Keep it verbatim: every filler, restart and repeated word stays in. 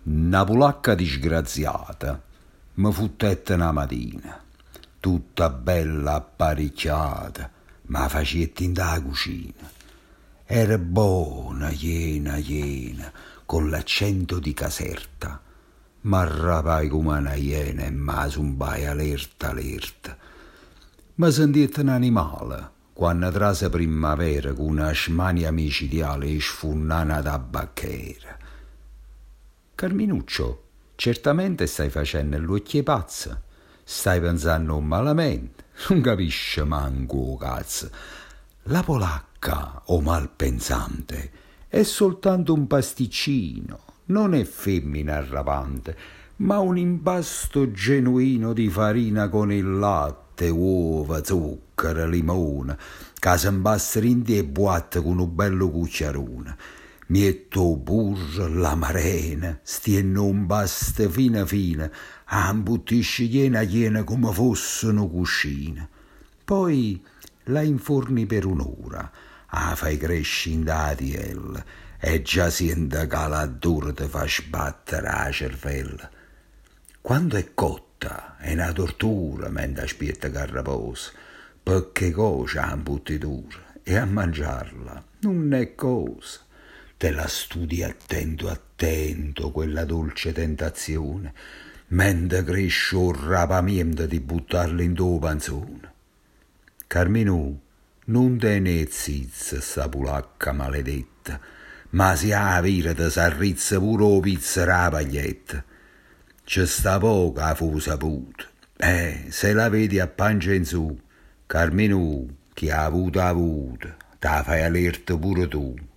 Una polacca disgraziata mi fu tetta una mattina, tutta bella apparecchiata, ma facetti in da cucina. Era buona, piena, piena, con l'accento di Caserta. M'arrapai come una iena e ma zumbai alerta, alerta. Mi sentiette un animale quando trase primavera con una smania micidiale e sfunnana tabacchera. Carminuccio, certamente stai facendo l'occhio pazza, stai pensando malamente, non capisci manco cazzo. La polacca, o malpensante, è soltanto un pasticcino, non è femmina arravante, ma un impasto genuino di farina con il latte, uova, zucchero, limone, che si impastrinti e buatte con un bello cucciarone. Mietto burro, la marena, stienno un basto fina fina, ambuttisci chiena chiena come fossero cuscine. Poi la inforni per un'ora, la fai crescere in datiella e già sente che l'adoro ti fa sbattere la cervella. Quando è cotta è una tortura mentre aspetta che riposa, perché coce a imbottitura e a mangiarla non è cosa. Te la studi attento attento quella dolce tentazione, mentre cresce un rapamento di buttarla in tuo panzone. Carminù, non te ne zizza sta polacca maledetta, ma si ha vira te s'arrizza pure o pizza la paglietta. C'è sta poca a fu saputo, eh, se la vedi a pancia in su, Carminù, chi ha avuto ha avuto, te la fai allerta pure tu.